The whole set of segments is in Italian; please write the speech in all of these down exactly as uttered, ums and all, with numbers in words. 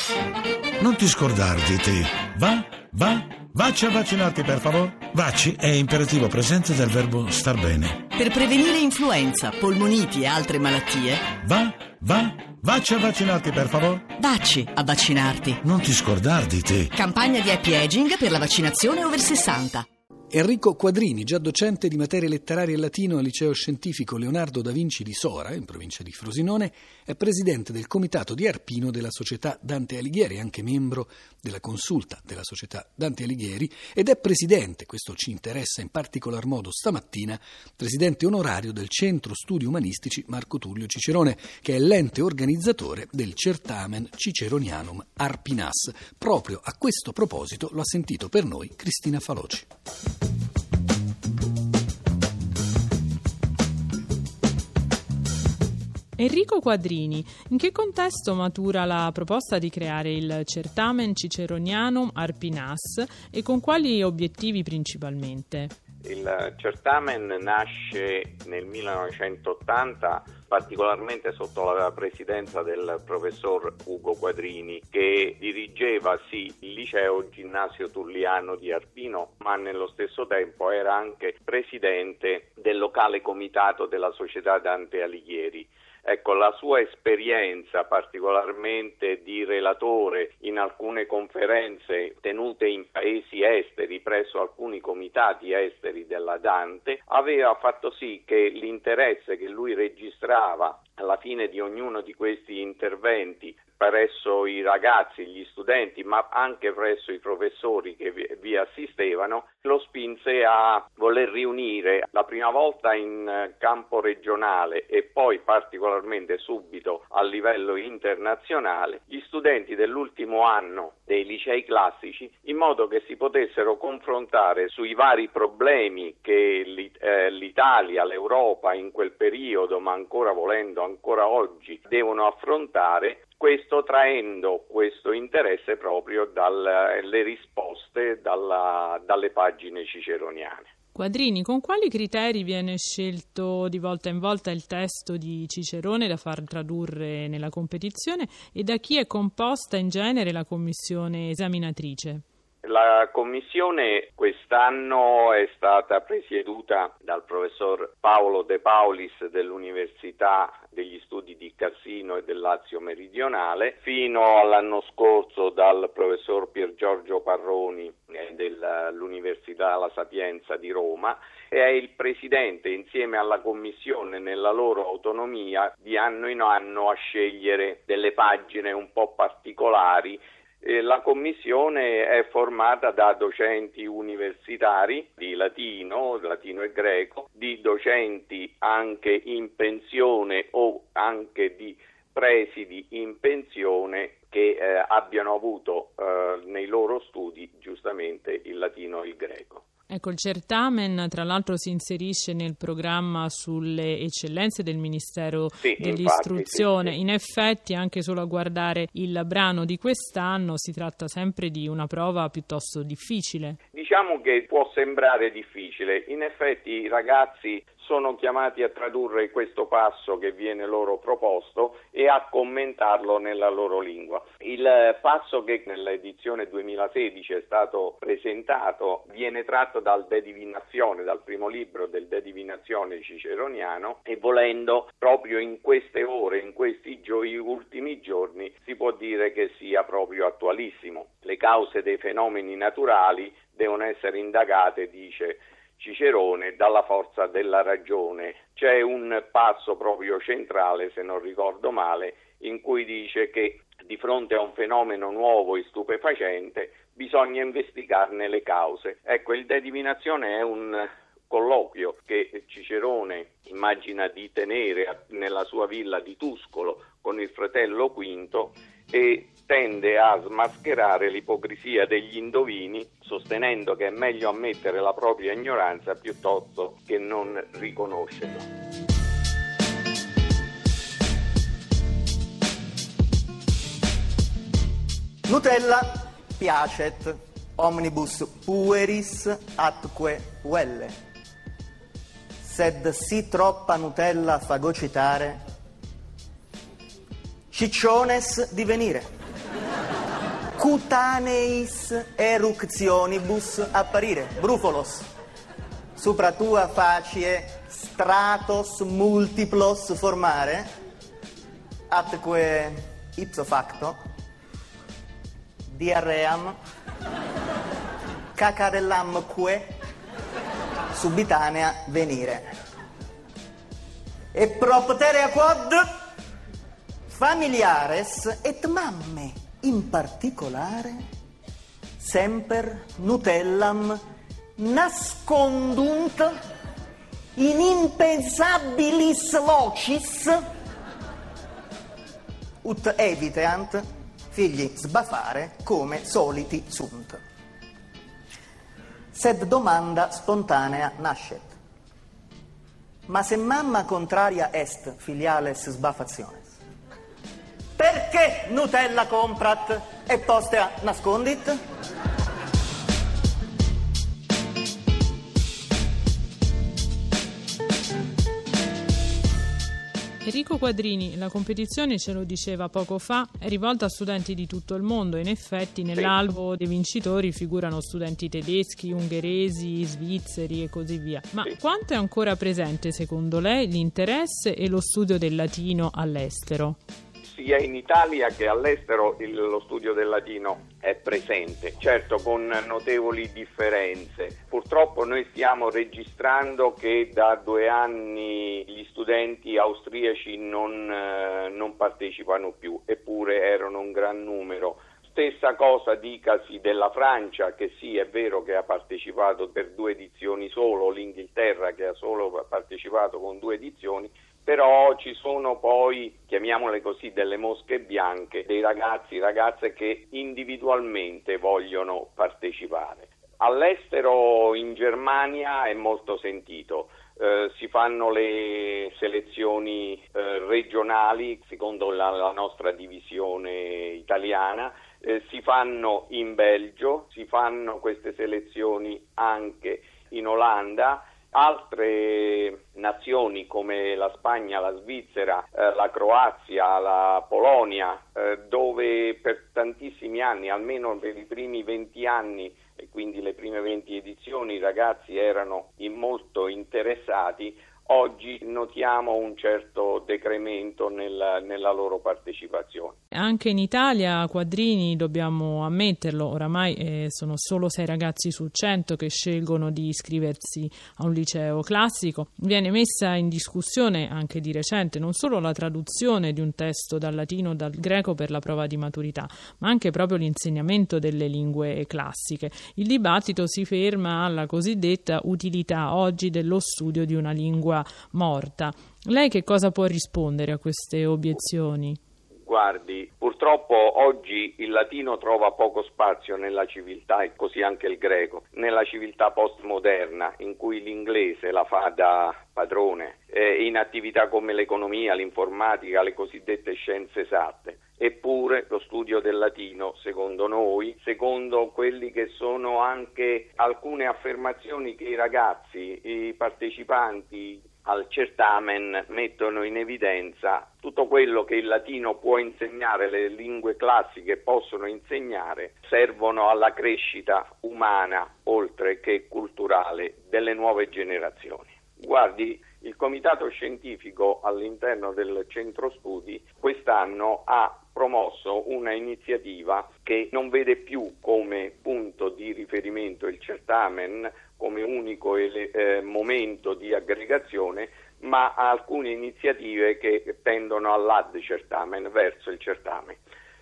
Non ti scordar di te. Va, va, vacci a vaccinarti per favore. Vacci è imperativo presente del verbo star bene. Per prevenire influenza, polmoniti e altre malattie. Va, va, vacci a vaccinarti per favore. Vacci a vaccinarti. Non ti scordar di te. Campagna di happy aging per la vaccinazione over sessanta. Enrico Quadrini, già docente di materie letterarie e latino al liceo scientifico Leonardo da Vinci di Sora, in provincia di Frosinone, è presidente del comitato di Arpino della società Dante Alighieri, anche membro della consulta della società Dante Alighieri, ed è presidente, questo ci interessa in particolar modo stamattina, presidente onorario del Centro Studi Umanistici Marco Tullio Cicerone, che è l'ente organizzatore del Certamen Ciceronianum Arpinas. Proprio a questo proposito lo ha sentito per noi Cristina Faloci. Enrico Quadrini, in che contesto matura la proposta di creare il Certamen Ciceronianum Arpinas e con quali obiettivi principalmente? Il Certamen nasce nel millenovecentottanta particolarmente sotto la presidenza del professor Ugo Quadrini, che dirigeva sì il liceo ginnasio tulliano di Arpino, ma nello stesso tempo era anche presidente del locale comitato della società Dante Alighieri. Ecco, la sua esperienza particolarmente di relatore in alcune conferenze tenute in paesi esteri presso alcuni comitati esteri della Dante aveva fatto sì che l'interesse che lui registrava alla fine di ognuno di questi interventi presso i ragazzi, gli studenti, ma anche presso i professori che vi, vi assistevano, lo spinse a voler riunire la prima volta in campo regionale e poi particolarmente subito a livello internazionale gli studenti dell'ultimo anno dei licei classici, in modo che si potessero confrontare sui vari problemi che l'Italia, l'Europa in quel periodo, ma ancora volendo ancora oggi, devono affrontare. Questo traendo questo interesse proprio dalle risposte dalla, dalle pagine ciceroniane. Quadrini, con quali criteri viene scelto di volta in volta il testo di Cicerone da far tradurre nella competizione e da chi è composta in genere la commissione esaminatrice? La commissione quest'anno è stata presieduta dal professor Paolo De Paulis dell'Università degli Studi di Cassino e del Lazio Meridionale, fino all'anno scorso dal professor Pier Giorgio Parroni dell'Università La Sapienza di Roma, e è il presidente insieme alla commissione nella loro autonomia di anno in anno a scegliere delle pagine un po' particolari. La commissione è formata da docenti universitari di latino, latino e greco, di docenti anche in pensione o anche di presidi in pensione che eh, abbiano avuto eh, nei loro studi giustamente il latino e il greco. Ecco, il Certamen tra l'altro si inserisce nel programma sulle eccellenze del Ministero sì, dell'Istruzione. Infatti, sì, sì. In effetti, anche solo a guardare il brano di quest'anno, si tratta sempre di una prova piuttosto difficile. Diciamo che può sembrare difficile, in effetti i ragazzi sono chiamati a tradurre questo passo che viene loro proposto e a commentarlo nella loro lingua. Il passo che nell'edizione duemilasedici è stato presentato viene tratto dal De Divinazione, dal primo libro del De Divinazione ciceroniano, e volendo proprio in queste ore, in questi gio- ultimi giorni, si può dire che sia proprio attualissimo. Le cause dei fenomeni naturali devono essere indagate, dice Cicerone, dalla forza della ragione. C'è un passo proprio centrale, se non ricordo male, in cui dice che di fronte a un fenomeno nuovo e stupefacente bisogna investigarne le cause. Ecco, il De Divinazione è un colloquio che Cicerone immagina di tenere nella sua villa di Tuscolo con il fratello Quinto e tende a smascherare l'ipocrisia degli indovini, sostenendo che è meglio ammettere la propria ignoranza piuttosto che non riconoscerla. Nutella piacet, omnibus pueris atque uelle, sed si troppa Nutella fagocitare, cicciones divenire. cutaneis eructionibus apparire, brufolos, supra tua facie stratos multiplos formare, atque ipso facto diarream cacarellamque subitanea venire. E propterea quod familiares et mamme in particolare semper nutellam nascondunt in impensabilis locis ut eviteant figli sbafare come soliti sunt. Sed domanda spontanea nascet. Ma se mamma contraria est filiales sbafationes, perché Nutella comprat e postea nascondit? Enrico Quadrini, la competizione, ce lo diceva poco fa, è rivolta a studenti di tutto il mondo. In effetti nell'albo dei vincitori figurano studenti tedeschi, ungheresi, svizzeri e così via. Ma sì. Quanto è ancora presente secondo lei l'interesse e lo studio del latino all'estero? Sia in Italia che all'estero il, lo studio del latino è presente, certo con notevoli differenze. Purtroppo noi stiamo registrando che da due anni gli studenti austriaci non, eh, non partecipano più, eppure erano un gran numero. Stessa cosa dicasi della Francia, che sì, è vero che ha partecipato per due edizioni solo, l'Inghilterra che ha solo partecipato con due edizioni, però ci sono poi, chiamiamole così, delle mosche bianche, dei ragazzi, ragazze che individualmente vogliono partecipare. All'estero, in Germania, è molto sentito. Eh, si fanno le selezioni eh, regionali secondo la, la nostra divisione italiana, eh, si fanno in Belgio, si fanno queste selezioni anche in Olanda. Altre nazioni come la Spagna, la Svizzera, eh, la Croazia, la Polonia, eh, dove per tantissimi anni, almeno per i primi venti anni e quindi le prime venti edizioni, i ragazzi erano molto interessati, oggi notiamo un certo decremento nel, nella loro partecipazione. Anche in Italia, Quadrini, dobbiamo ammetterlo, oramai eh, sono solo sei ragazzi su cento che scelgono di iscriversi a un liceo classico. Viene messa in discussione anche di recente non solo la traduzione di un testo dal latino o dal greco per la prova di maturità, ma anche proprio l'insegnamento delle lingue classiche. Il dibattito si ferma alla cosiddetta utilità oggi dello studio di una lingua morta. Lei che cosa può rispondere a queste obiezioni? Guardi, purtroppo oggi il latino trova poco spazio nella civiltà e così anche il greco, nella civiltà postmoderna in cui l'inglese la fa da padrone, eh, in attività come l'economia, l'informatica, le cosiddette scienze esatte. Eppure lo studio del latino, secondo noi, secondo quelli che sono anche alcune affermazioni che i ragazzi, i partecipanti al certamen mettono in evidenza, tutto quello che il latino può insegnare, le lingue classiche possono insegnare, servono alla crescita umana, oltre che culturale, delle nuove generazioni. Guardi, il comitato scientifico all'interno del centro studi quest'anno ha promosso una iniziativa che non vede più come punto di riferimento il certamen, come unico ele- eh, momento di aggregazione, ma ha alcune iniziative che tendono all'ad certamen, verso il certamen.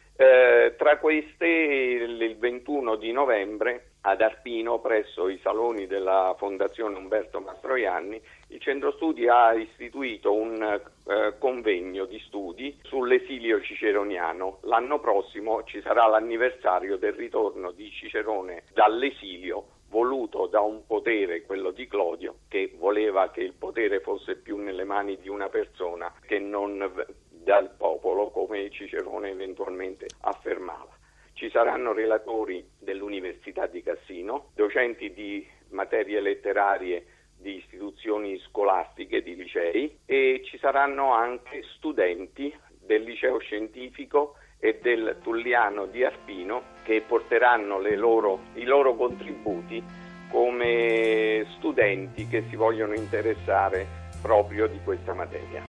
Eh, tra queste il ventuno di novembre ad Arpino, presso i saloni della Fondazione Umberto Mastroianni, il Centro Studi ha istituito un eh, convegno di studi sull'esilio ciceroniano. L'anno prossimo ci sarà l'anniversario del ritorno di Cicerone dall'esilio, voluto da un potere, quello di Clodio, che voleva che il potere fosse più nelle mani di una persona che non dal popolo, come Cicerone eventualmente affermava. Ci saranno relatori dell'Università di Cassino, docenti di materie letterarie di istituzioni scolastiche, di licei, e ci saranno anche studenti del liceo scientifico e del Tulliano di Arpino, che porteranno le loro, i loro contributi come studenti che si vogliono interessare proprio di questa materia.